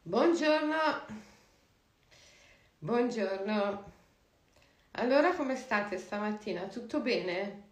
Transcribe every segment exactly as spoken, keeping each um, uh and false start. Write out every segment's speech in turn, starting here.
Buongiorno, buongiorno. Allora, come state stamattina? Tutto bene?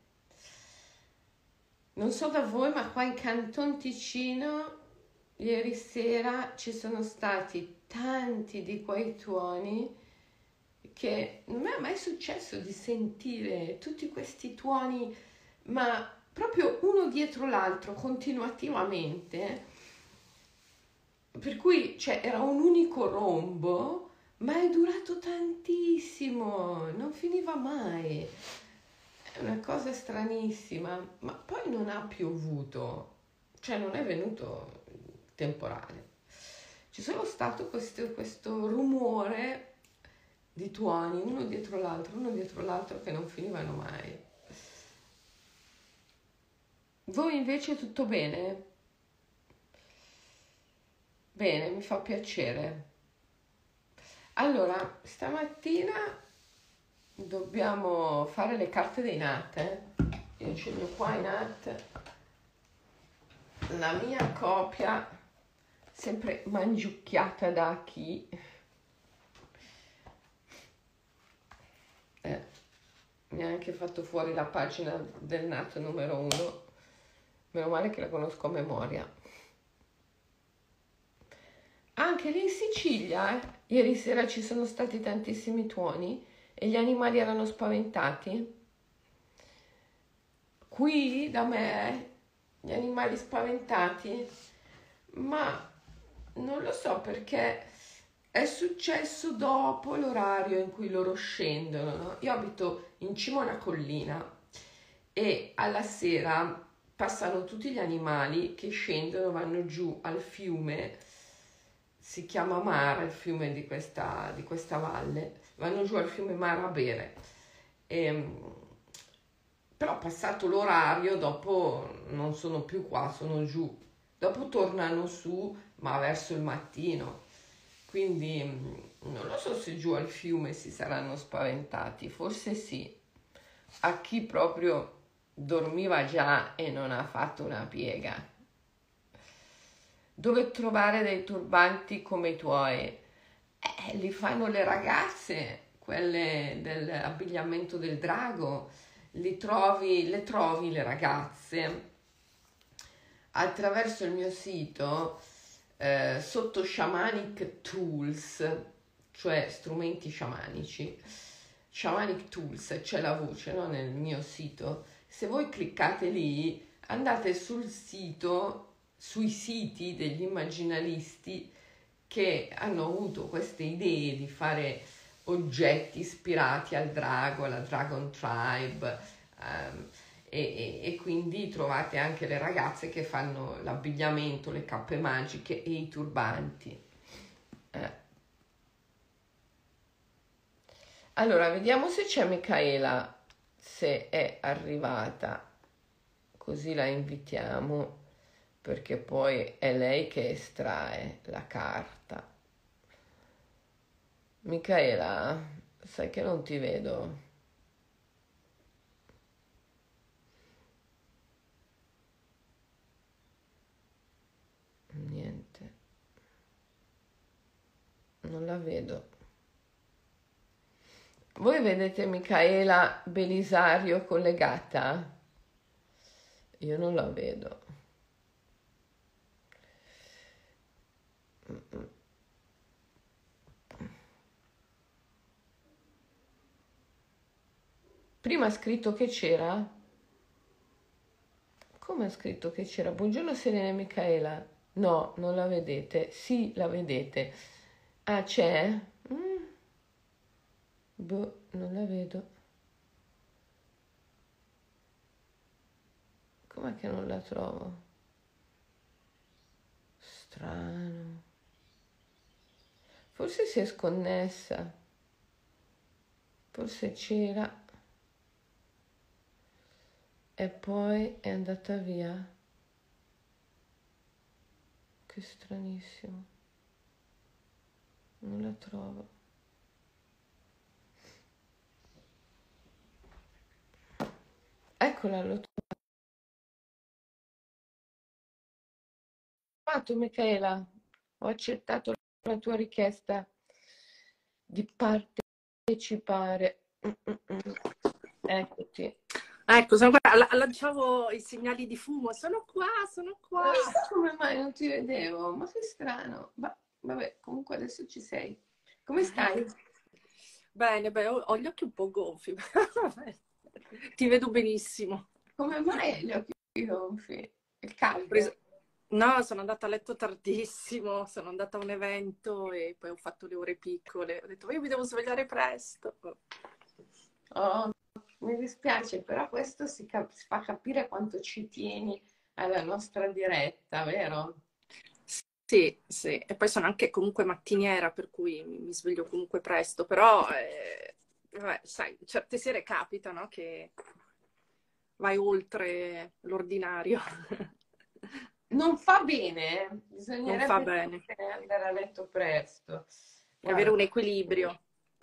Non so da voi, ma qua in Canton Ticino ieri sera ci sono stati tanti di quei tuoni che non mi è mai successo di sentire tutti questi tuoni, ma proprio uno dietro l'altro, continuativamente. Per cui, cioè, era un unico rombo, ma è durato tantissimo, non finiva mai. È una cosa stranissima, ma poi non ha piovuto, cioè non è venuto temporale. C'è solo stato questo, questo rumore di tuoni, uno dietro l'altro, uno dietro l'altro, che non finivano mai. Voi invece tutto bene? Bene, mi fa piacere. Allora, stamattina dobbiamo fare le carte dei Nat, eh. Io ce li ho qua i Nat, la mia copia, sempre mangiucchiata da chi? Eh, mi ha anche fatto fuori la pagina del Nat numero uno, meno male che la conosco a memoria. Anche lì in Sicilia, eh, ieri sera ci sono stati tantissimi tuoni e gli animali erano spaventati. Qui da me gli animali spaventati, ma non lo so perché è successo dopo l'orario in cui loro scendono, no? Io abito in cima a una collina e alla sera passano tutti gli animali che scendono, vanno giù al fiume, si chiama Mara, il fiume di questa, di questa valle, vanno giù al fiume Mara a bere. E, però passato l'orario, dopo non sono più qua, sono giù. Dopo tornano su, ma verso il mattino. Quindi non lo so se giù al fiume si saranno spaventati, forse sì. A chi proprio dormiva già e non ha fatto una piega. Dove trovare dei turbanti come i tuoi? Eh, li fanno le ragazze, quelle dell'abbigliamento del drago. Li trovi, le trovi le ragazze attraverso il mio sito eh, sotto Shamanic Tools, cioè strumenti sciamanici. Shamanic Tools, c'è la voce, no? Nel mio sito. Se voi cliccate lì, andate sul sito, sui siti degli immaginalisti che hanno avuto queste idee di fare oggetti ispirati al drago, alla Dragon Tribe, ehm, e, e- e quindi trovate anche le ragazze che fanno l'abbigliamento, le cappe magiche e i turbanti. Eh. Allora, vediamo se c'è Micaela, se è arrivata, così la invitiamo, perché poi è lei che estrae la carta. Micaela, sai che non ti vedo? Niente, non la vedo. Voi vedete Micaela Belisario collegata? Io non la vedo. Prima ha scritto che c'era? Come ha scritto che c'era? Buongiorno Serena e Micaela. No, non la vedete. Sì, la vedete. Ah, c'è? Mm, boh, non la vedo. Com'è che non la trovo? Strano. Forse si è sconnessa. Forse c'era e poi è andata via. Che stranissimo. Non la trovo. Eccola, l'ho trovato, Michaela. Ho accettato la tua richiesta di partecipare. Mm-mm-mm. Eccoti. Ecco, sono qua, la- lanciavo i segnali di fumo, sono qua, sono qua. Non so come mai non ti vedevo, ma che strano. Ma, vabbè, comunque adesso ci sei. Come stai? Bene, beh, ho, ho gli occhi un po' gonfi. Ti vedo benissimo. Come mai hai gli occhi gonfi? Il Ho caldo? preso... No, sono andata a letto tardissimo, sono andata a un evento e poi ho fatto le ore piccole. Ho detto, io mi devo svegliare presto. Oh, mi dispiace, però questo si, cap- si fa capire quanto ci tieni alla nostra diretta, vero? Sì, sì, e poi sono anche comunque mattiniera, per cui mi mi sveglio comunque presto, però, eh, vabbè, sai, certe sere capita, no, che vai oltre l'ordinario. Non fa bene, eh. Non fa Bisognerebbe bene. andare a letto presto. Avere Guarda, un equilibrio.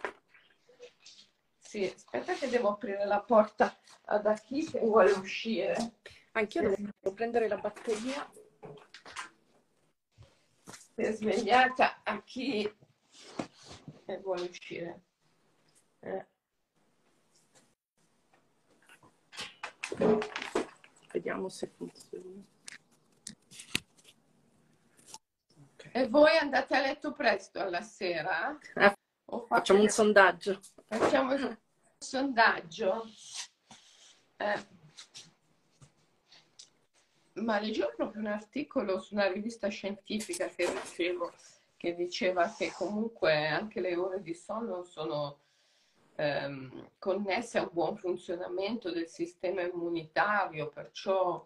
sì, aspetta che devo aprire la porta ad Aki che vuole uscire. Anch'io devo prendere la batteria. Si è svegliata Aki e vuole uscire. Eh. Vediamo se funziona. Okay. E voi andate a letto presto alla sera? Eh, O fate facciamo un le... sondaggio. Facciamo il sondaggio? Eh. Ma leggevo proprio un articolo su una rivista scientifica che ricevo che diceva che comunque anche le ore di sonno sono ehm, connesse a un buon funzionamento del sistema immunitario, perciò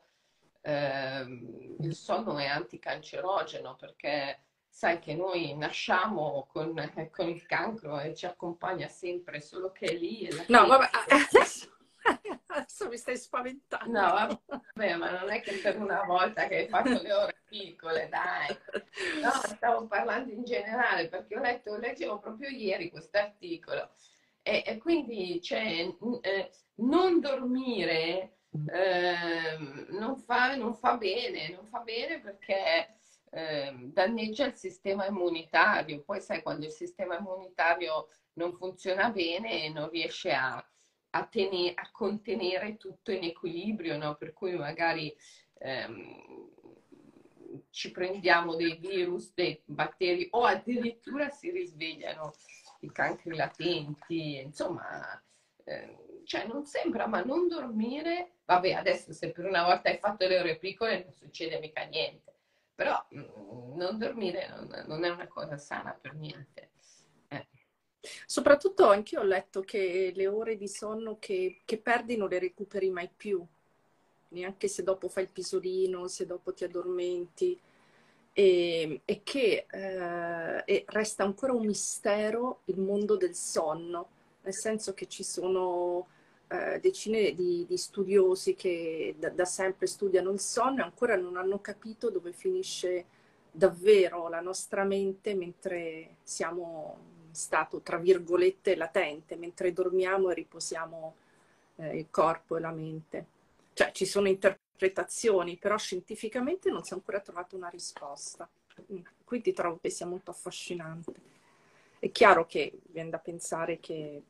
ehm, il sonno è anticancerogeno perché sai che noi nasciamo con, con il cancro e ci accompagna sempre, solo che è lì e la No, tieni. vabbè, adesso, adesso mi stai spaventando. No, vabbè, ma non è che per una volta che hai fatto le ore piccole, dai. No, stavo parlando in generale perché ho letto, leggevo proprio ieri questo articolo e, e quindi cioè, n- eh, non dormire ehm, non fa, non fa bene, non fa bene perché ehm, danneggia il sistema immunitario. Poi sai, quando il sistema immunitario non funziona bene, non riesce a, a, tene- a contenere tutto in equilibrio, no? Per cui magari ehm, ci prendiamo dei virus, dei batteri o addirittura si risvegliano i cancri latenti, insomma, eh, cioè non sembra, ma non dormire, vabbè, adesso se per una volta hai fatto le ore piccole non succede mica niente, però mh, non dormire non, non, è una cosa sana per niente. Eh. Soprattutto anch'io ho letto che le ore di sonno che, che perdi non le recuperi mai più, neanche se dopo fai il pisolino, se dopo ti addormenti, e, e che eh, e resta ancora un mistero il mondo del sonno, nel senso che ci sono eh, decine di, di studiosi che da, da sempre studiano il sonno e ancora non hanno capito dove finisce davvero la nostra mente mentre siamo in stato, tra virgolette, latente, mentre dormiamo e riposiamo eh, il corpo e la mente. Cioè, ci sono interpretazioni, però scientificamente non si è ancora trovata una risposta. Quindi trovo che sia molto affascinante. È chiaro che viene da pensare che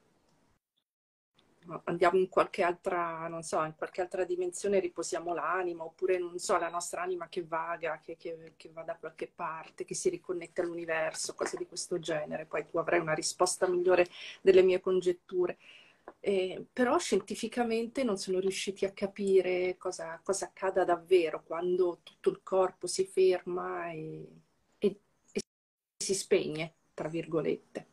andiamo in qualche altra, non so, in qualche altra dimensione, riposiamo l'anima, oppure, non so, la nostra anima che vaga, che, che, che va da qualche parte, che si riconnette all'universo, cose di questo genere. Poi tu avrai una risposta migliore delle mie congetture. Eh, però scientificamente non sono riusciti a capire cosa, cosa accada davvero quando tutto il corpo si ferma e, e, e si spegne, tra virgolette.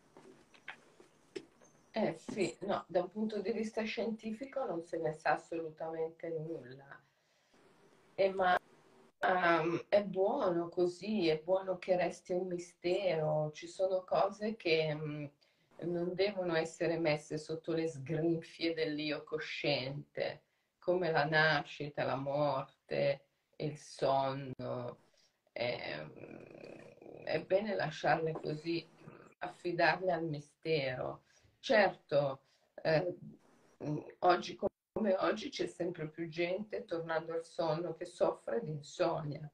Eh sì, no, da un punto di vista scientifico non se ne sa assolutamente nulla. E ma um, è buono così, è buono che resti un mistero. Ci sono cose che mm, non devono essere messe sotto le sgrinfie dell'io cosciente, come la nascita, la morte, il sonno. È, è bene lasciarle così, affidarle al mistero. Certo, eh, oggi come oggi c'è sempre più gente, tornando al sonno, che soffre di insonnia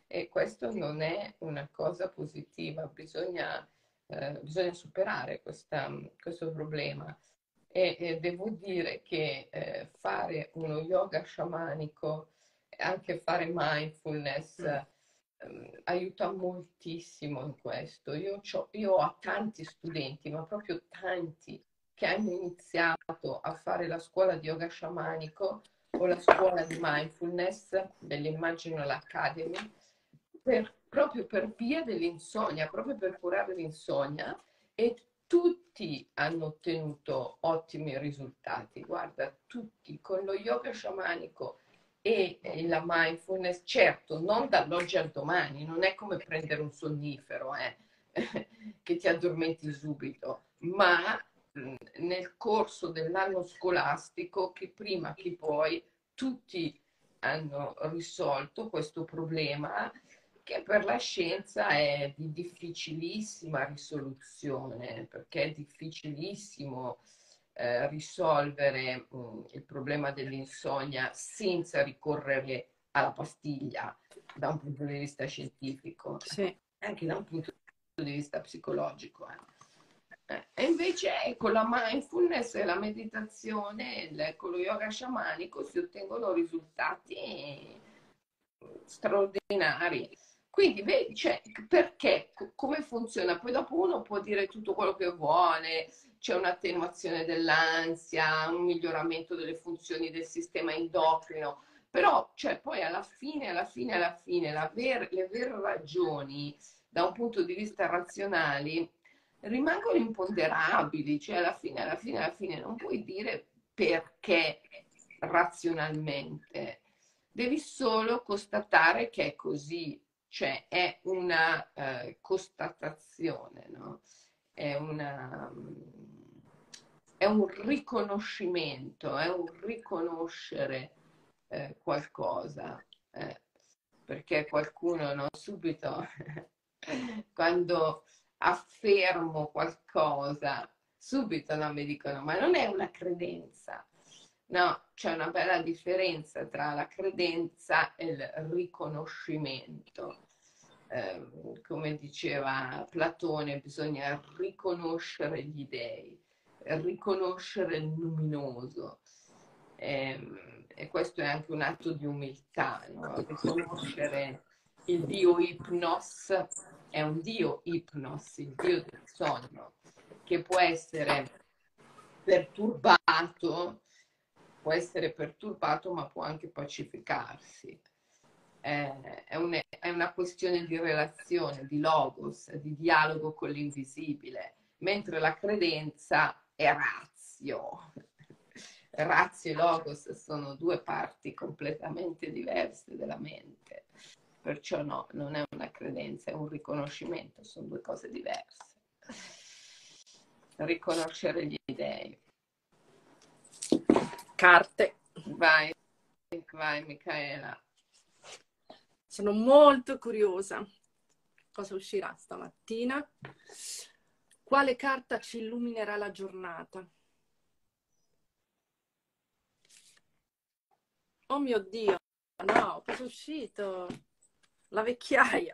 e questo non è una cosa positiva, bisogna, eh, bisogna superare questa, questo problema. E, e devo dire che eh, fare uno yoga sciamanico, anche fare mindfulness, ehm, aiuta moltissimo in questo. Io, c'ho- io ho tanti studenti, ma proprio tanti, che hanno iniziato a fare la scuola di yoga sciamanico o la scuola di mindfulness, dell'immagino l'Academy, per, proprio per via dell'insonnia, proprio per curare l'insonnia, e tutti hanno ottenuto ottimi risultati. Guarda, tutti con lo yoga sciamanico e la mindfulness, certo, non dall'oggi al domani, non è come prendere un sonnifero, eh, che ti addormenti subito, ma nel corso dell'anno scolastico, che prima che poi tutti hanno risolto questo problema che per la scienza è di difficilissima risoluzione, perché è difficilissimo eh, risolvere mh, il problema dell'insonnia senza ricorrere alla pastiglia da un punto di vista scientifico, Sì. anche da un punto di vista psicologico. Eh. E invece con la mindfulness e la meditazione, il, con lo yoga sciamanico si ottengono risultati straordinari. Quindi vedi, cioè, perché, come funziona? Poi dopo uno può dire tutto quello che vuole, c'è un'attenuazione dell'ansia, un miglioramento delle funzioni del sistema endocrino, però cioè, poi alla fine, alla fine, alla fine, la ver- le vere ragioni da un punto di vista razionale rimangono imponderabili, cioè alla fine, alla fine, alla fine non puoi dire perché razionalmente, devi solo constatare che è così, cioè è una eh, constatazione, no? È una, è un riconoscimento, è un riconoscere eh, qualcosa, eh, perché qualcuno non subito quando affermo qualcosa, subito no, mi dicono ma non è una credenza. No, c'è una bella differenza tra la credenza e il riconoscimento. Eh, come diceva Platone, bisogna riconoscere gli dei, riconoscere il luminoso. Eh, e questo è anche un atto di umiltà, no? Riconoscere il dio Ipnos è un dio Ipnos, il dio del sonno, che può essere perturbato, può essere perturbato, ma può anche pacificarsi. Eh, è, un, è una questione di relazione, di logos, di dialogo con l'invisibile, mentre la credenza è razio. Razio e logos sono due parti completamente diverse della mente, perciò no, non è una credenza, è un riconoscimento, sono due cose diverse. Riconoscere gli dei. Carte. Vai, vai Micaela. Sono molto curiosa. Cosa uscirà stamattina? Quale carta ci illuminerà la giornata? Oh mio Dio, no, cosa è uscito? La vecchiaia.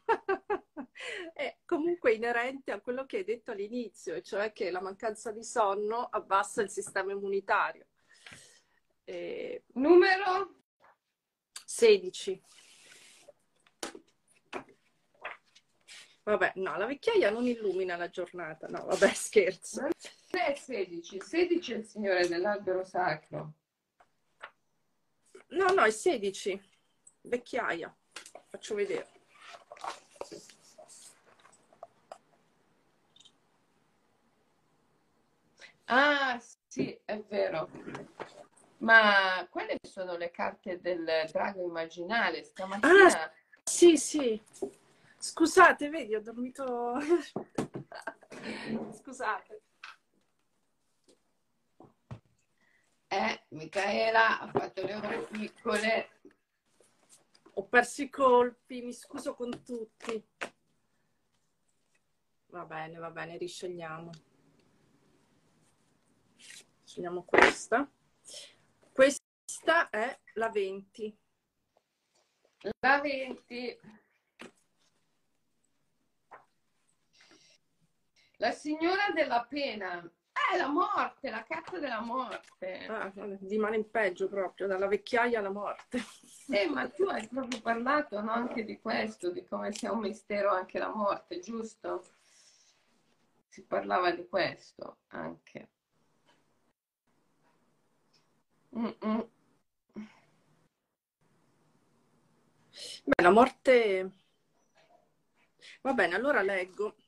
È comunque inerente a quello che hai detto all'inizio, e cioè che la mancanza di sonno abbassa il sistema immunitario. E... Numero sedici. Vabbè, no, la vecchiaia non illumina la giornata. No, vabbè, scherzo. non è sedici, sedici è il signore dell'albero sacro. No, no, è sedici. Vecchiaia. Faccio vedere. Ah, sì, è vero. Ma quelle sono le carte del drago immaginale. Stamattina... Ah, sì, sì. Scusate, vedi, ho dormito... Scusate. Eh, Micaela ha fatto le ore piccole. Ho perso i colpi, mi scuso con tutti. Va bene, va bene, riscegliamo. Scegliamo questa. Questa è la venti. La venti. La signora della pena. Eh, la morte, la carta della morte. Ah, di male in peggio proprio, dalla vecchiaia alla morte. Eh, ma tu hai proprio parlato, no, anche di questo, di come sia un mistero anche la morte, giusto? Si parlava di questo anche. Mm-mm. Beh, la morte... Va bene, allora leggo.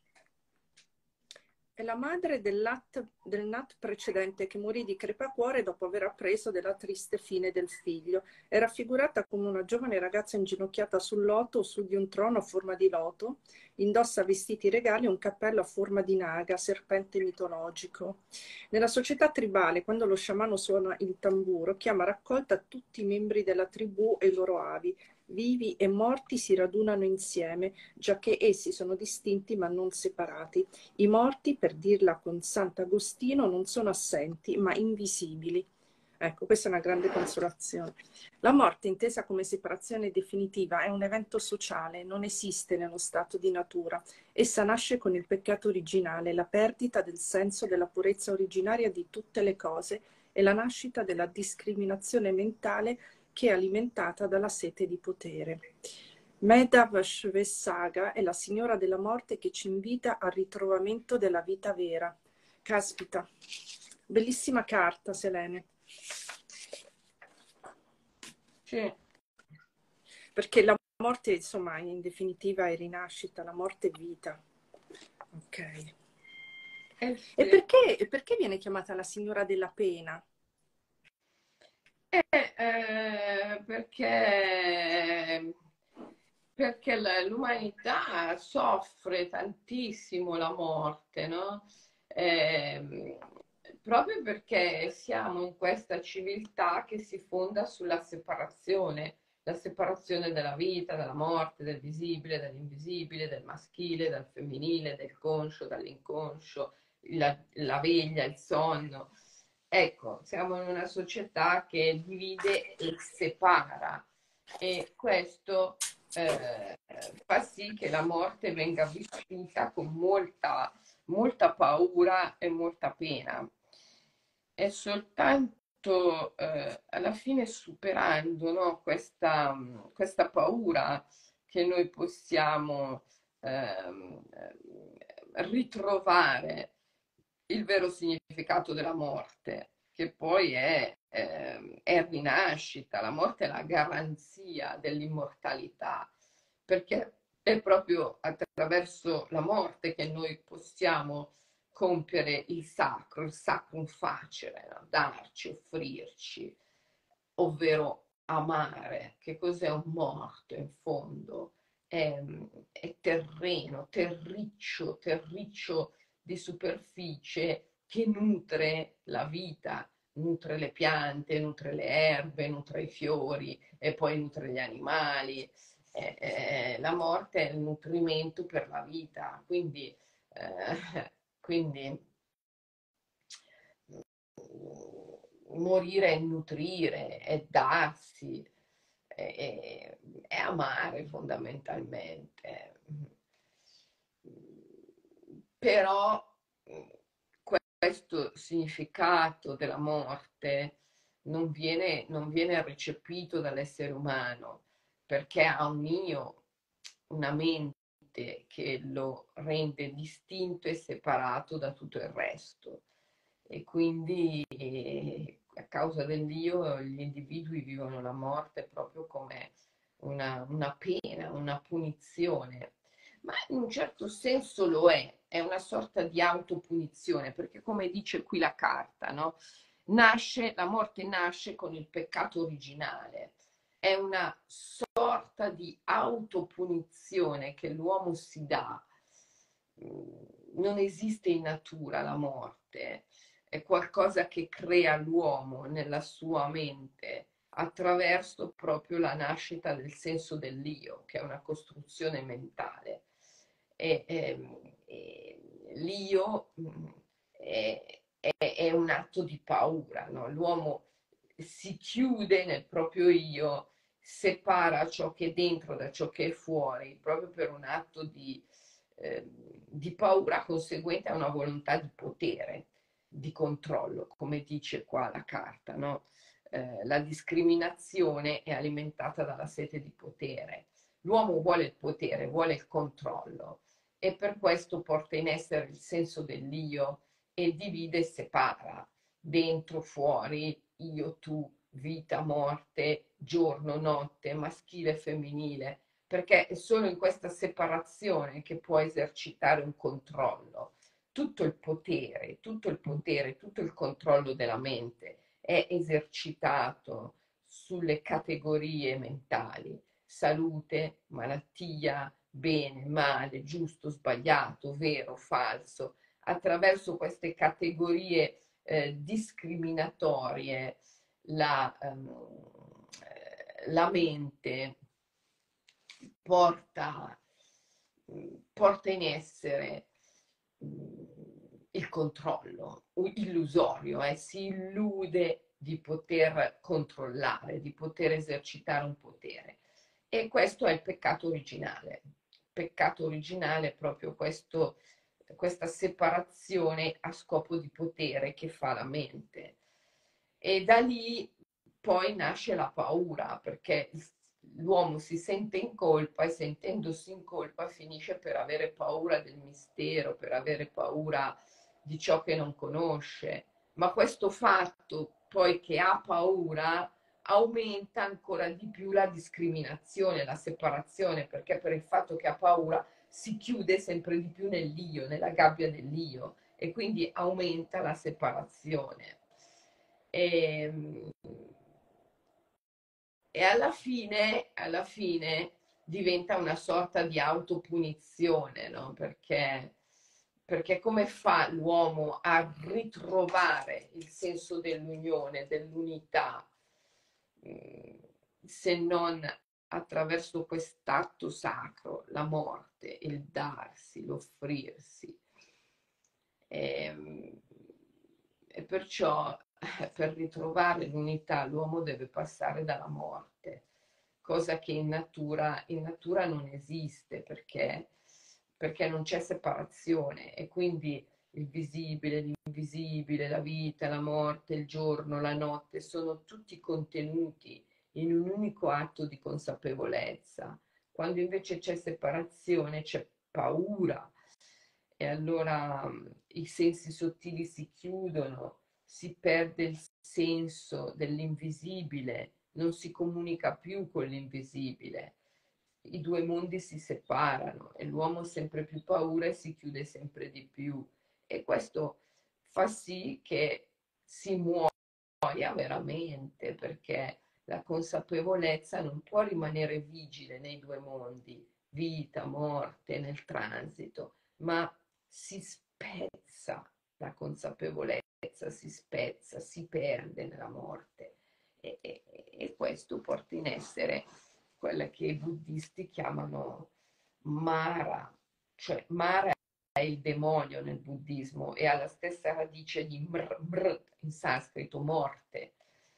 È la madre del, lat, del Nat precedente che morì di crepacuore dopo aver appreso della triste fine del figlio. È raffigurata come una giovane ragazza inginocchiata sul loto o su di un trono a forma di loto, indossa vestiti regali e un cappello a forma di naga, serpente mitologico. Nella società tribale, quando lo sciamano suona il tamburo, chiama a raccolta tutti i membri della tribù e i loro avi. Vivi e morti si radunano insieme, giacché essi sono distinti ma non separati. I morti, per dirla con Sant'Agostino, non sono assenti, ma invisibili. Ecco, questa è una grande consolazione. La morte, intesa come separazione definitiva, è un evento sociale, non esiste nello stato di natura. Essa nasce con il peccato originale, la perdita del senso della purezza originaria di tutte le cose e la nascita della discriminazione mentale che è alimentata dalla sete di potere. Medavashvesaga è la signora della morte che ci invita al ritrovamento della vita vera. Caspita, bellissima carta, Selene. Sì. Perché la morte, insomma, in definitiva è rinascita, la morte è vita. Ok. Eh E sì. perché, perché viene chiamata la signora della pena? Eh, eh, perché, perché la- l'umanità soffre tantissimo la morte, no? Ehm, proprio perché siamo in questa civiltà che si fonda sulla separazione, la separazione della vita, della morte, del visibile, dall'invisibile, del maschile, dal femminile, del conscio, dall'inconscio, la, la veglia, il sonno. Ecco, siamo in una società che divide e separa e questo eh, fa sì che la morte venga vissuta con molta, molta paura e molta pena. È soltanto eh, alla fine superando, no, questa, questa paura che noi possiamo ehm, ritrovare il vero significato della morte, che poi è, eh, è rinascita. La morte è la garanzia dell'immortalità, perché è proprio attraverso la morte che noi possiamo compiere il sacro, il sacrum facere, no? Darci, offrirci, ovvero amare. Che cos'è un morto in fondo? È, è terreno, terriccio, terriccio di superficie che nutre la vita, nutre le piante, nutre le erbe, nutre i fiori e poi nutre gli animali. Eh, eh, la morte è il nutrimento per la vita, quindi, eh, quindi morire è nutrire, è darsi, è, è, è amare fondamentalmente. Però questo significato della morte non viene, non viene recepito dall'essere umano perché ha un io, una mente che lo rende distinto e separato da tutto il resto. E quindi eh, a causa dell'io gli individui vivono la morte proprio come una, una pena, una punizione, ma in un certo senso lo è, è una sorta di autopunizione, perché come dice qui la carta, no? Nasce, la morte nasce con il peccato originale, è una sorta di autopunizione che l'uomo si dà. Non esiste in natura la morte, è qualcosa che crea l'uomo nella sua mente attraverso proprio la nascita del senso dell'io, che è una costruzione mentale. E, e, e l'io è, è, è, un atto di paura, no? L'uomo si chiude nel proprio io, separa ciò che è dentro da ciò che è fuori, proprio per un atto di, eh, di paura conseguente a una volontà di potere, di controllo, come dice qua la carta, no? Eh, la discriminazione è alimentata dalla sete di potere. L'uomo vuole il potere, vuole il controllo e per questo porta in essere il senso dell'io e divide e separa, dentro, fuori, io, tu, vita, morte, giorno, notte, maschile e femminile, perché è solo in questa separazione che può esercitare un controllo. Tutto il potere, tutto il potere, tutto il controllo della mente è esercitato sulle categorie mentali, salute, malattia, bene, male, giusto, sbagliato, vero, falso. Attraverso queste categorie eh, discriminatorie la, um, la mente porta, porta in essere il controllo illusorio, eh, si illude di poter controllare, di poter esercitare un potere. E questo è il peccato originale. Il peccato originale è proprio questo, questa separazione a scopo di potere che fa la mente. E da lì poi nasce la paura, perché l'uomo si sente in colpa e sentendosi in colpa finisce per avere paura del mistero, per avere paura di ciò che non conosce. Ma questo fatto poi che ha paura aumenta ancora di più la discriminazione, la separazione, perché per il fatto che ha paura si chiude sempre di più nell'io, nella gabbia dell'io e quindi aumenta la separazione. E, e alla fine, alla fine diventa una sorta di autopunizione, no? Perché, perché come fa l'uomo a ritrovare il senso dell'unione, dell'unità, se non attraverso quest'atto sacro, la morte, il darsi, l'offrirsi. E, e perciò per ritrovare l'unità l'uomo deve passare dalla morte, cosa che in natura, in natura non esiste perché, perché non c'è separazione e quindi il visibile, l'invisibile, la vita, la morte, il giorno, la notte sono tutti contenuti in un unico atto di consapevolezza. Quando invece c'è separazione, c'è paura e allora i sensi sottili si chiudono, si perde il senso dell'invisibile, non si comunica più con l'invisibile. I due mondi si separano e l'uomo ha sempre più paura e si chiude sempre di più. E questo fa sì che si muoia veramente, perché la consapevolezza non può rimanere vigile nei due mondi, vita, morte, nel transito, ma si spezza la consapevolezza, si spezza, si perde nella morte. E, e, e questo porta in essere quella che i buddisti chiamano Mara, cioè Mara è il demonio nel buddismo e ha la stessa radice di mr, mr in sanscrito, morte.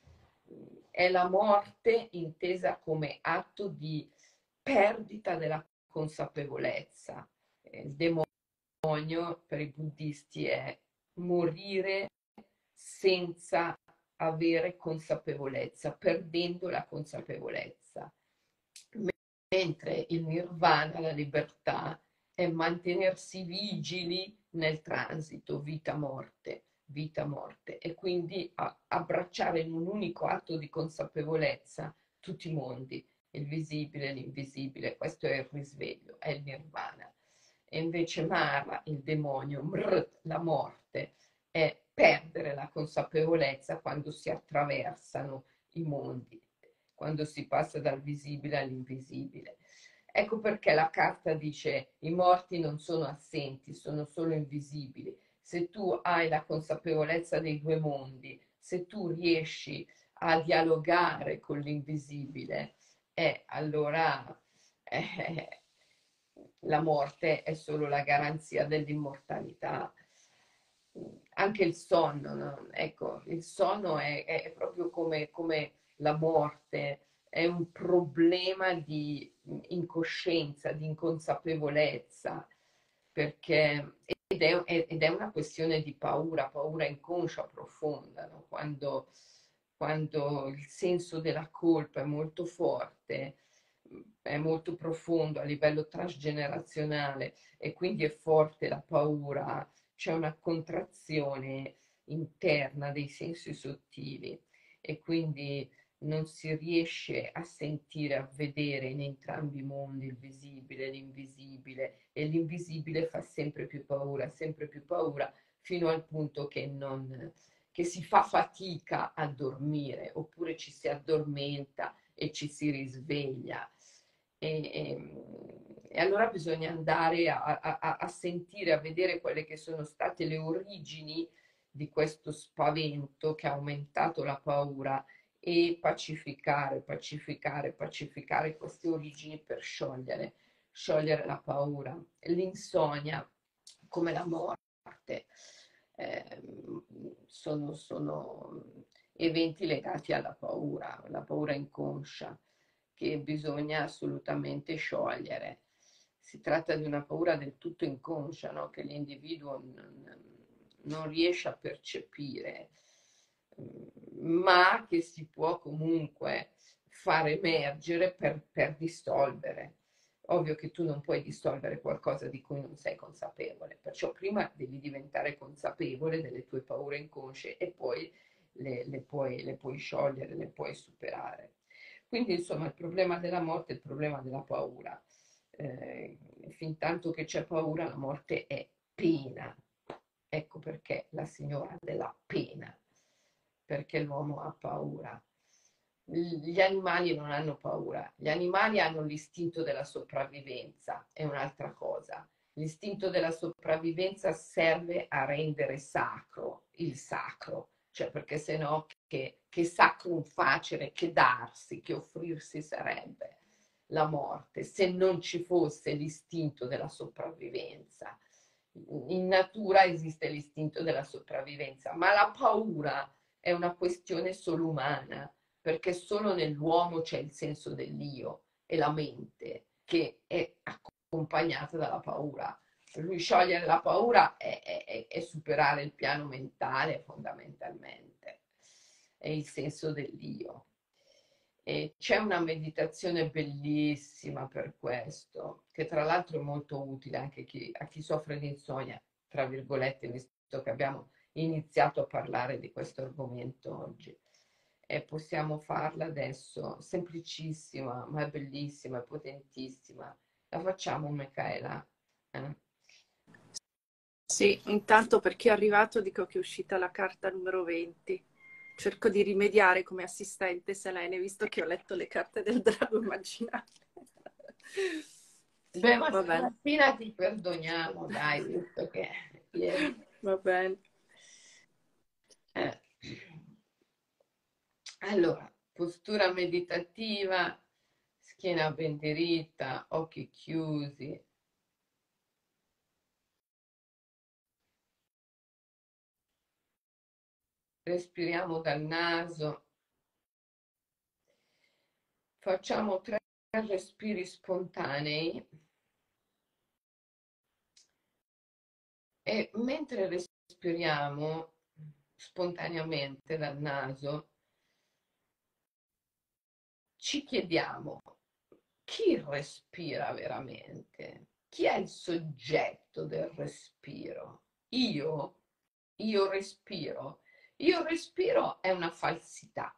È la morte intesa come atto di perdita della consapevolezza. Il demonio per i buddisti è morire senza avere consapevolezza, perdendo la consapevolezza. Mentre il nirvana, la libertà, è mantenersi vigili nel transito vita-morte, vita-morte, e quindi abbracciare in un unico atto di consapevolezza tutti i mondi, il visibile, l'invisibile, questo è il risveglio, è il nirvana. E invece Mara, il demonio, mr, la morte, è perdere la consapevolezza quando si attraversano i mondi, quando si passa dal visibile all'invisibile. Ecco perché la carta dice i morti non sono assenti, sono solo invisibili. Se tu hai la consapevolezza dei due mondi, se tu riesci a dialogare con l'invisibile, eh, allora eh, la morte è solo la garanzia dell'immortalità. Anche il sonno, no? Ecco, il sonno è, è proprio come, come la morte, è un problema di incoscienza, di inconsapevolezza. perché ed è, ed è una questione di paura, paura inconscia profonda, no? Quando, quando il senso della colpa è molto forte, è molto profondo a livello transgenerazionale e quindi è forte la paura, c'è una contrazione interna dei sensi sottili e quindi non si riesce a sentire, a vedere in entrambi i mondi il visibile e l'invisibile, e l'invisibile fa sempre più paura, sempre più paura, fino al punto che, non, che si fa fatica a dormire, oppure ci si addormenta e ci si risveglia. E, e, e allora bisogna andare a, a, a sentire, a vedere quelle che sono state le origini di questo spavento che ha aumentato la paura e pacificare, pacificare, pacificare queste origini per sciogliere, sciogliere la paura. L'insonnia, come la morte, eh, sono, sono eventi legati alla paura, la paura inconscia che bisogna assolutamente sciogliere. Si tratta di una paura del tutto inconscia, no? Che l'individuo non, non riesce a percepire, ma che si può comunque far emergere per, per dissolvere. Ovvio che tu non puoi dissolvere qualcosa di cui non sei consapevole, perciò prima devi diventare consapevole delle tue paure inconsce e poi le, le, puoi, le puoi sciogliere, le puoi superare. Quindi insomma il problema della morte è il problema della paura. Eh, fin tanto che c'è paura la morte è pena. Ecco perché la signora della pena, perché l'uomo ha paura. Gli animali non hanno paura, gli animali hanno l'istinto della sopravvivenza, è un'altra cosa. L'istinto della sopravvivenza serve a rendere sacro il sacro, cioè perché se no che, che sacrum facere, che darsi, che offrirsi sarebbe la morte, se non ci fosse l'istinto della sopravvivenza. In natura esiste l'istinto della sopravvivenza, ma la paura è una questione solo umana, perché solo nell'uomo c'è il senso dell'io e la mente che è accompagnata dalla paura. Per cui sciogliere la paura è, è, è superare il piano mentale fondamentalmente, è il senso dell'io. E c'è una meditazione bellissima per questo, che tra l'altro è molto utile anche chi, a chi soffre di insonnia, tra virgolette, visto che abbiamo iniziato a parlare di questo argomento oggi. E possiamo farla adesso, semplicissima, ma è bellissima, è potentissima. La facciamo, Michaela? Eh? Sì, intanto per chi è arrivato dico che è uscita la carta numero venti. Cerco di rimediare come assistente, Selene, visto che ho letto le carte del drago immaginale. Beh, ma Va bene. stamattina ti perdoniamo, dai, visto che ieri... Va bene. Eh. Allora, postura meditativa, schiena ben diritta, occhi chiusi. Respiriamo dal naso. Facciamo tre respiri spontanei e mentre respiriamo spontaneamente dal naso ci chiediamo chi respira veramente? Chi è il soggetto del respiro? Io? Io respiro? Io respiro è una falsità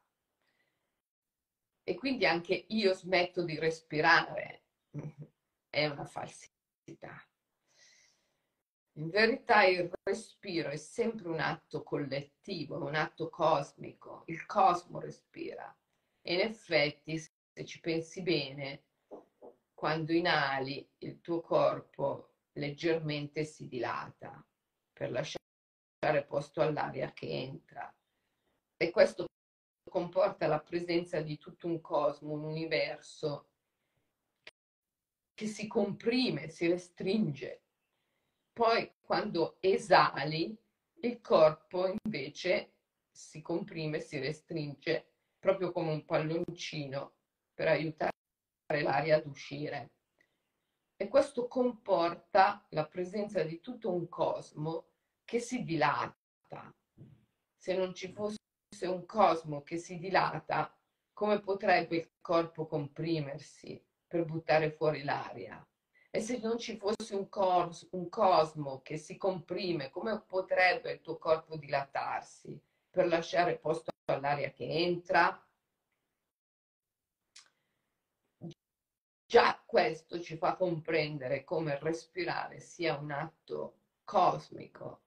e quindi anche io smetto di respirare è una falsità. In verità il respiro è sempre un atto collettivo, un atto cosmico, il cosmo respira e in effetti se ci pensi bene, quando inali il tuo corpo leggermente si dilata per lasciare posto all'aria che entra e questo comporta la presenza di tutto un cosmo, un universo che si comprime, si restringe. Poi quando esali, il corpo invece si comprime, si restringe proprio come un palloncino per aiutare l'aria ad uscire. e questo comporta la presenza di tutto un cosmo che si dilata. Se non ci fosse un cosmo che si dilata, come potrebbe il corpo comprimersi per buttare fuori l'aria? E se non ci fosse un, cos- un cosmo che si comprime, come potrebbe il tuo corpo dilatarsi per lasciare posto all'aria che entra? Già questo ci fa comprendere come respirare sia un atto cosmico.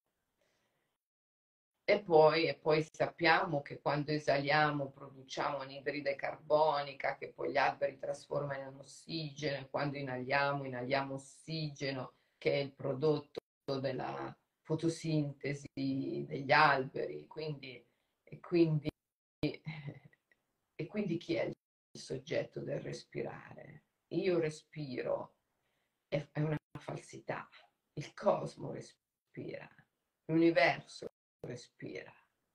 E poi, e poi sappiamo che quando esaliamo produciamo anidride carbonica che poi gli alberi trasformano in ossigeno, e quando inaliamo, inaliamo ossigeno che è il prodotto della fotosintesi degli alberi. Quindi, e, quindi, e quindi chi è il soggetto del respirare? Io respiro, è, è una falsità. Il cosmo respira, l'universo respira.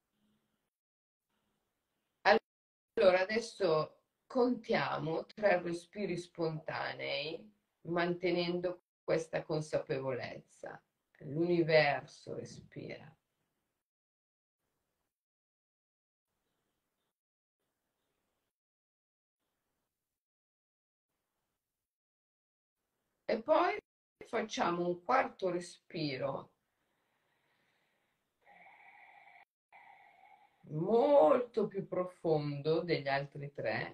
Allora, adesso contiamo tre respiri spontanei, mantenendo questa consapevolezza. L'universo respira. E poi facciamo un quarto respiro molto più profondo degli altri tre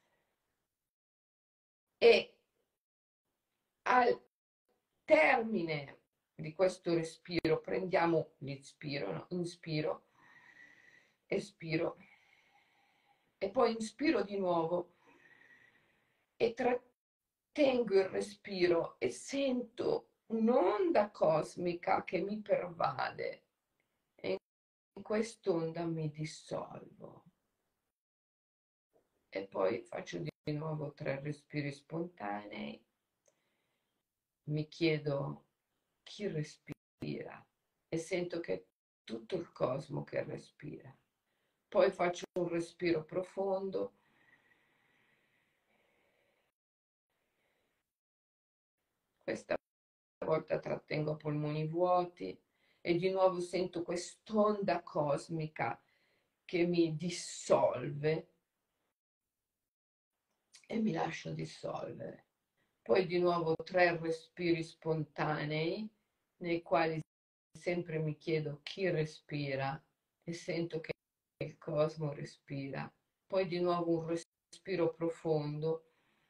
e al termine di questo respiro prendiamo l'inspiro, no? Inspiro, espiro e poi inspiro di nuovo e trattengo il respiro e sento un'onda cosmica che mi pervade e in quest'onda mi dissolvo. E poi faccio di nuovo tre respiri spontanei, mi chiedo chi respira e sento che è tutto il cosmo che respira. Poi faccio un respiro profondo. Questa volta trattengo polmoni vuoti e di nuovo sento quest'onda cosmica che mi dissolve e mi lascio dissolvere. Poi di nuovo tre respiri spontanei nei quali sempre mi chiedo chi respira e sento che il cosmo respira. Poi di nuovo un respiro profondo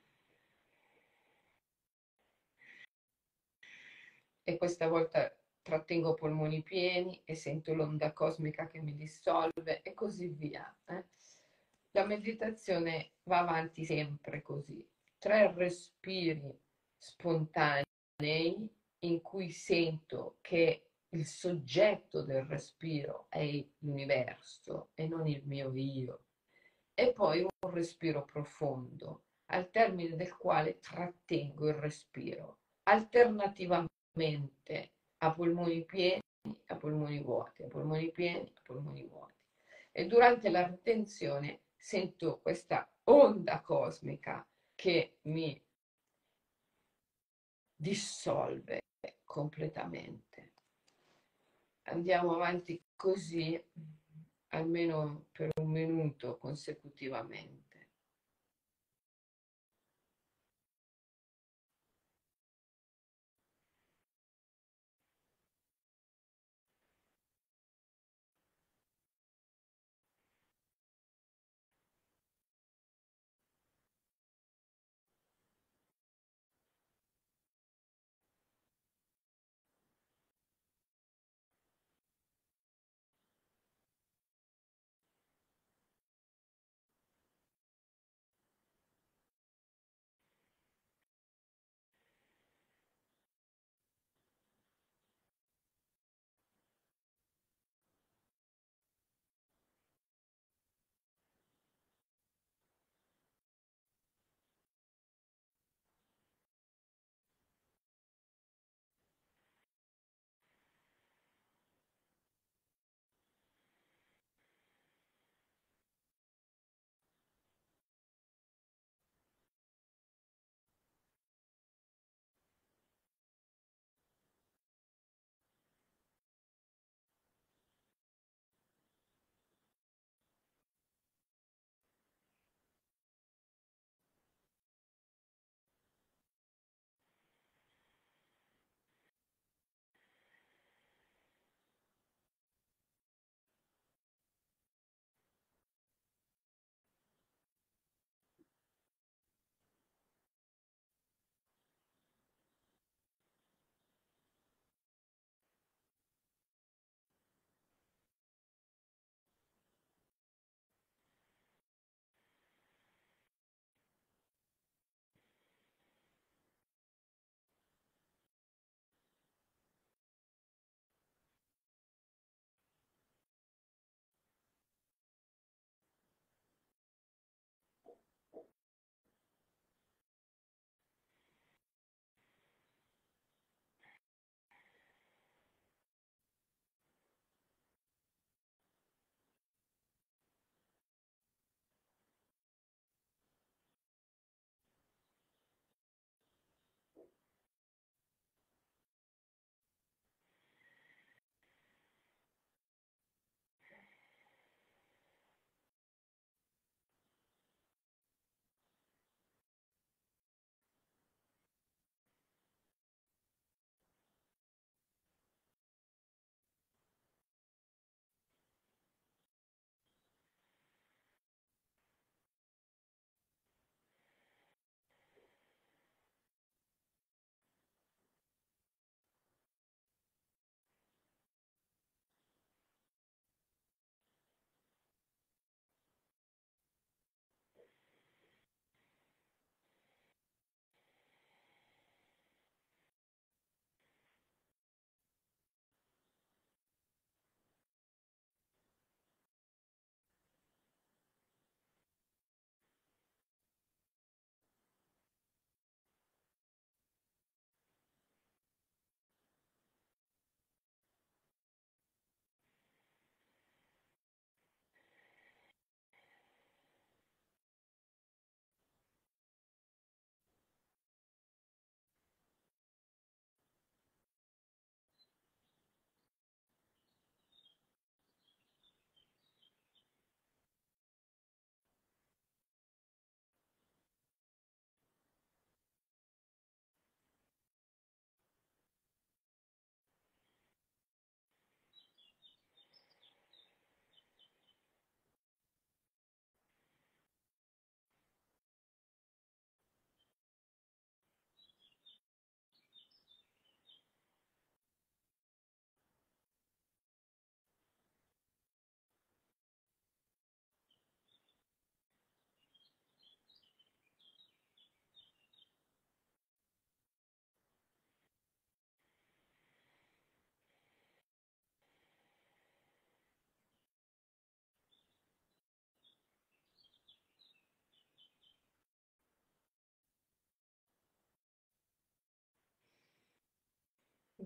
e questa volta trattengo polmoni pieni e sento l'onda cosmica che mi dissolve e così via. Eh? La meditazione va avanti sempre così. Tre respiri spontanei in cui sento che il soggetto del respiro è l'universo e non il mio io. E poi un respiro profondo, al termine del quale trattengo il respiro, alternativamente a polmoni pieni, a polmoni vuoti, a polmoni pieni, a polmoni vuoti. E durante la retenzione sento questa onda cosmica che mi dissolve completamente. Andiamo avanti così almeno per un minuto consecutivamente.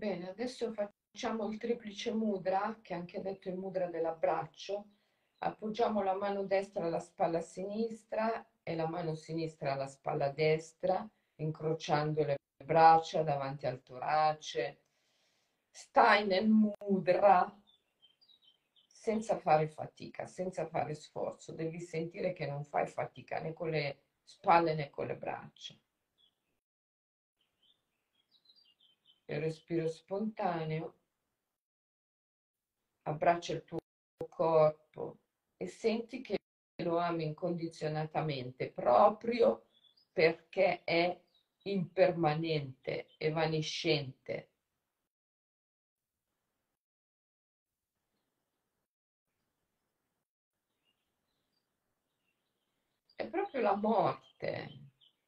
Bene, adesso facciamo il triplice mudra, che è anche detto il mudra dell'abbraccio. Appoggiamo la mano destra alla spalla sinistra e la mano sinistra alla spalla destra, incrociando le braccia davanti al torace. Stai nel mudra senza fare fatica, senza fare sforzo. Devi sentire che non fai fatica né con le spalle né con le braccia. Il respiro spontaneo, abbraccia il tuo corpo e senti che lo ami incondizionatamente proprio perché è impermanente, evanescente. È proprio la morte,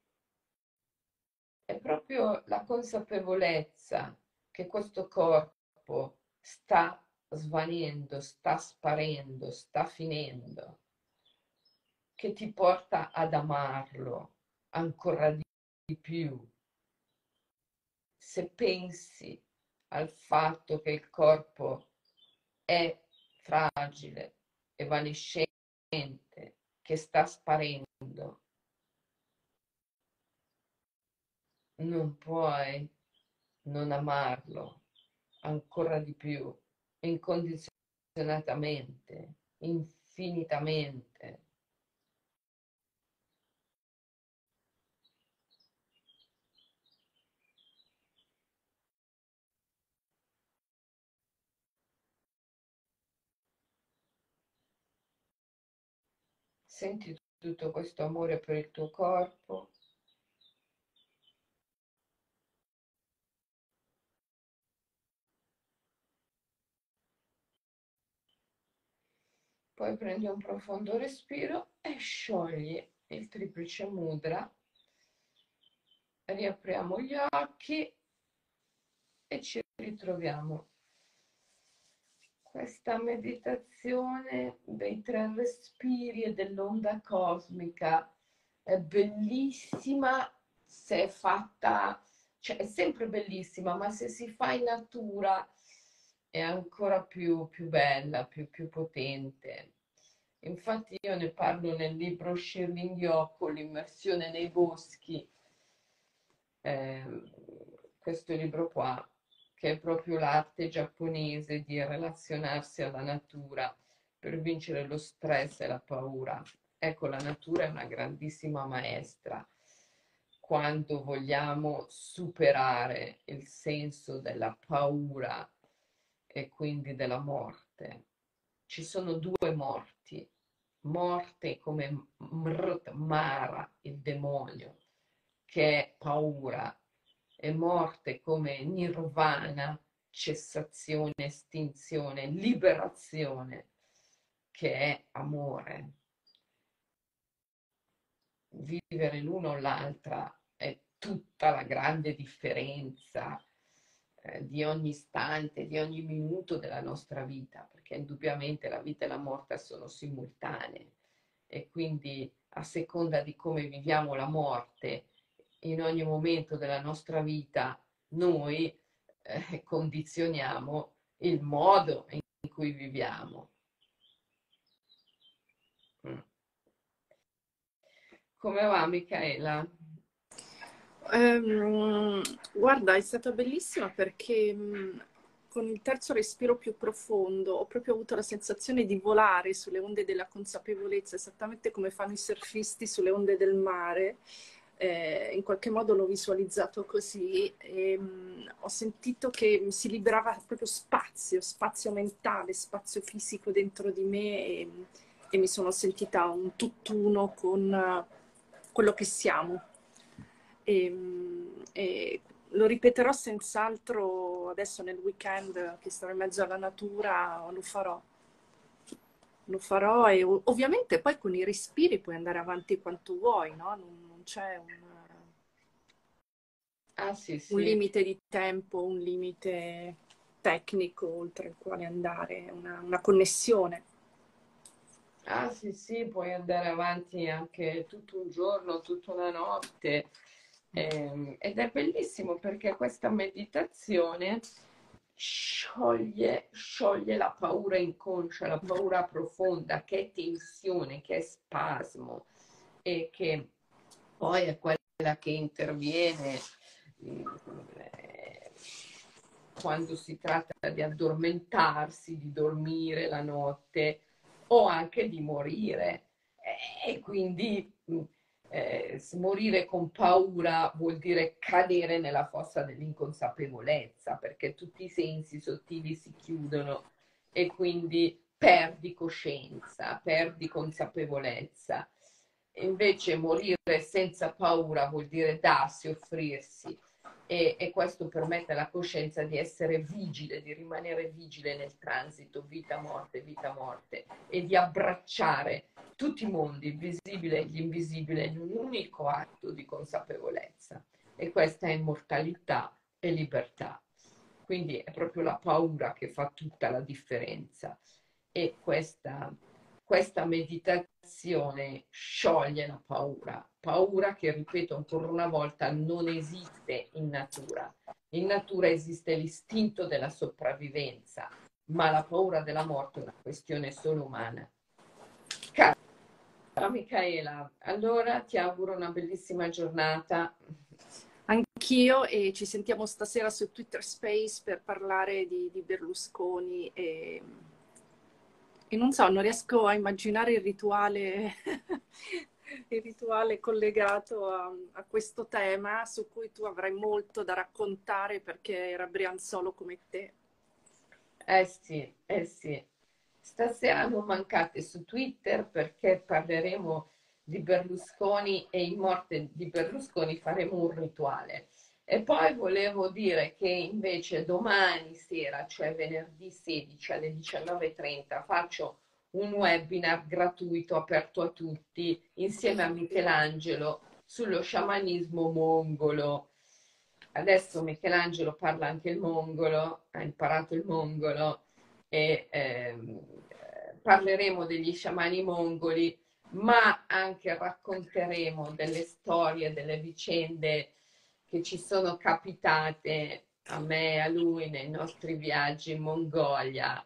è proprio la consapevolezza che questo corpo sta svanendo, sta sparendo, sta finendo, che ti porta ad amarlo ancora di più. Se pensi al fatto che il corpo è fragile, evanescente, che sta sparendo, non puoi non amarlo ancora di più, incondizionatamente, infinitamente. Senti tutto questo amore per il tuo corpo. Poi prendi un profondo respiro e sciogli il triplice mudra. Riapriamo gli occhi e ci ritroviamo. Questa meditazione dei tre respiri e dell'onda cosmica è bellissima se è fatta, cioè è sempre bellissima, ma se si fa in natura è ancora più, più bella, più, più potente. Infatti io ne parlo nel libro Shirling Yoko, l'immersione nei boschi, eh, questo libro qua, che è proprio l'arte giapponese di relazionarsi alla natura per vincere lo stress e la paura. Ecco, la natura è una grandissima maestra quando vogliamo superare il senso della paura e quindi della morte. Ci sono due morti, morte come Mrt, Mara, il demonio, che è paura, e morte come nirvana, cessazione, estinzione, liberazione, che è amore. Vivere l'uno o l'altra è tutta la grande differenza eh, di ogni istante, di ogni minuto della nostra vita, perché indubbiamente la vita e la morte sono simultanee e quindi a seconda di come viviamo la morte in ogni momento della nostra vita, noi eh, condizioniamo il modo in cui viviamo. Mm. Come va, Michaela? Ehm, guarda, è stata bellissima perché mh, con il terzo respiro più profondo ho proprio avuto la sensazione di volare sulle onde della consapevolezza, esattamente come fanno i surfisti sulle onde del mare. Eh, in qualche modo l'ho visualizzato così e mh, ho sentito che si liberava proprio spazio, spazio mentale, spazio fisico dentro di me e, e mi sono sentita un tutt'uno con uh, quello che siamo. E, e lo ripeterò senz'altro adesso nel weekend che starò in mezzo alla natura, lo farò. Lo farò e ovviamente poi con i respiri puoi andare avanti quanto vuoi, no? Non, non c'è un, Ah sì, un sì. limite di tempo, un limite tecnico oltre il quale andare, una, una connessione. Ah sì, sì, puoi andare avanti anche tutto un giorno, tutta una notte. Ehm, ed è bellissimo perché questa meditazione scioglie, scioglie la paura inconscia, la paura profonda, che è tensione, che è spasmo e che poi è quella che interviene eh, quando si tratta di addormentarsi, di dormire la notte o anche di morire. E quindi eh, morire con paura vuol dire cadere nella fossa dell'inconsapevolezza, perché tutti i sensi sottili si chiudono e quindi perdi coscienza, perdi consapevolezza. Invece morire senza paura vuol dire darsi, offrirsi, e, e questo permette alla coscienza di essere vigile, di rimanere vigile nel transito vita-morte, vita-morte, e di abbracciare tutti i mondi, il visibile e l'invisibile, in un unico atto di consapevolezza. E questa è immortalità e libertà. Quindi è proprio la paura che fa tutta la differenza. E questa, questa meditazione scioglie la paura. Paura che, ripeto ancora una volta, non esiste in natura. In natura esiste l'istinto della sopravvivenza, ma la paura della morte è una questione solo umana. Cara Micaela, allora ti auguro una bellissima giornata. Anch'io, e ci sentiamo stasera su Twitter Space per parlare di, di Berlusconi e, e non so, non riesco a immaginare il rituale, il rituale collegato a, a questo tema su cui tu avrai molto da raccontare perché era brianzolo come te. Eh sì, eh sì. Stasera non mancate su Twitter perché parleremo di Berlusconi e in morte di Berlusconi faremo un rituale. E poi volevo dire che invece domani sera, cioè venerdì sedici alle diciannove e trenta, faccio un webinar gratuito aperto a tutti insieme a Michelangelo sullo sciamanismo mongolo. Adesso Michelangelo parla anche il mongolo, ha imparato il mongolo e ehm, parleremo degli sciamani mongoli, ma anche racconteremo delle storie, delle vicende che ci sono capitate a me e a lui nei nostri viaggi in Mongolia,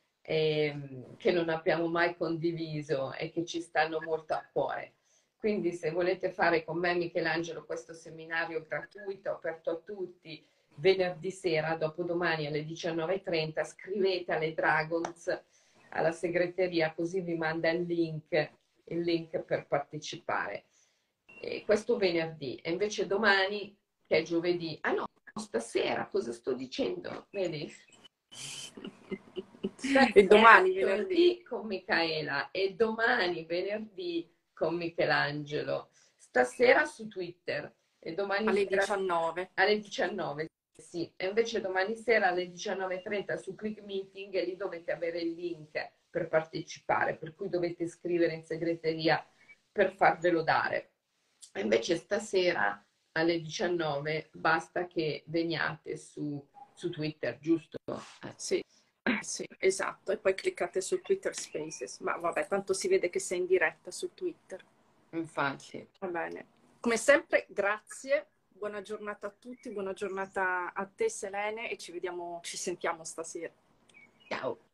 e, che non abbiamo mai condiviso e che ci stanno molto a cuore. Quindi se volete fare con me, Michelangelo, questo seminario gratuito, aperto a tutti, venerdì sera, dopodomani alle diciannove e trenta, scrivete alle Dragons, alla segreteria, così vi manda il link, il link per partecipare. E questo venerdì. E invece domani, che è giovedì, ah no, stasera, cosa sto dicendo? Vedi? E domani Stasera venerdì con Micaela e domani venerdì con Michelangelo. Stasera su Twitter e domani alle sera diciannove. alle diciannove. Sì, e invece domani sera alle diciannove e trenta su Click Meeting, e lì dovete avere il link per partecipare, per cui dovete scrivere in segreteria per farvelo dare. E invece stasera alle diciannove basta che veniate su, su Twitter, giusto? Sì. Sì, esatto, e poi cliccate su Twitter Spaces, ma vabbè, tanto si vede che sei in diretta su Twitter. Infatti. Va bene. Come sempre, grazie, buona giornata a tutti, buona giornata a te Selene e ci vediamo, ci sentiamo stasera. Ciao.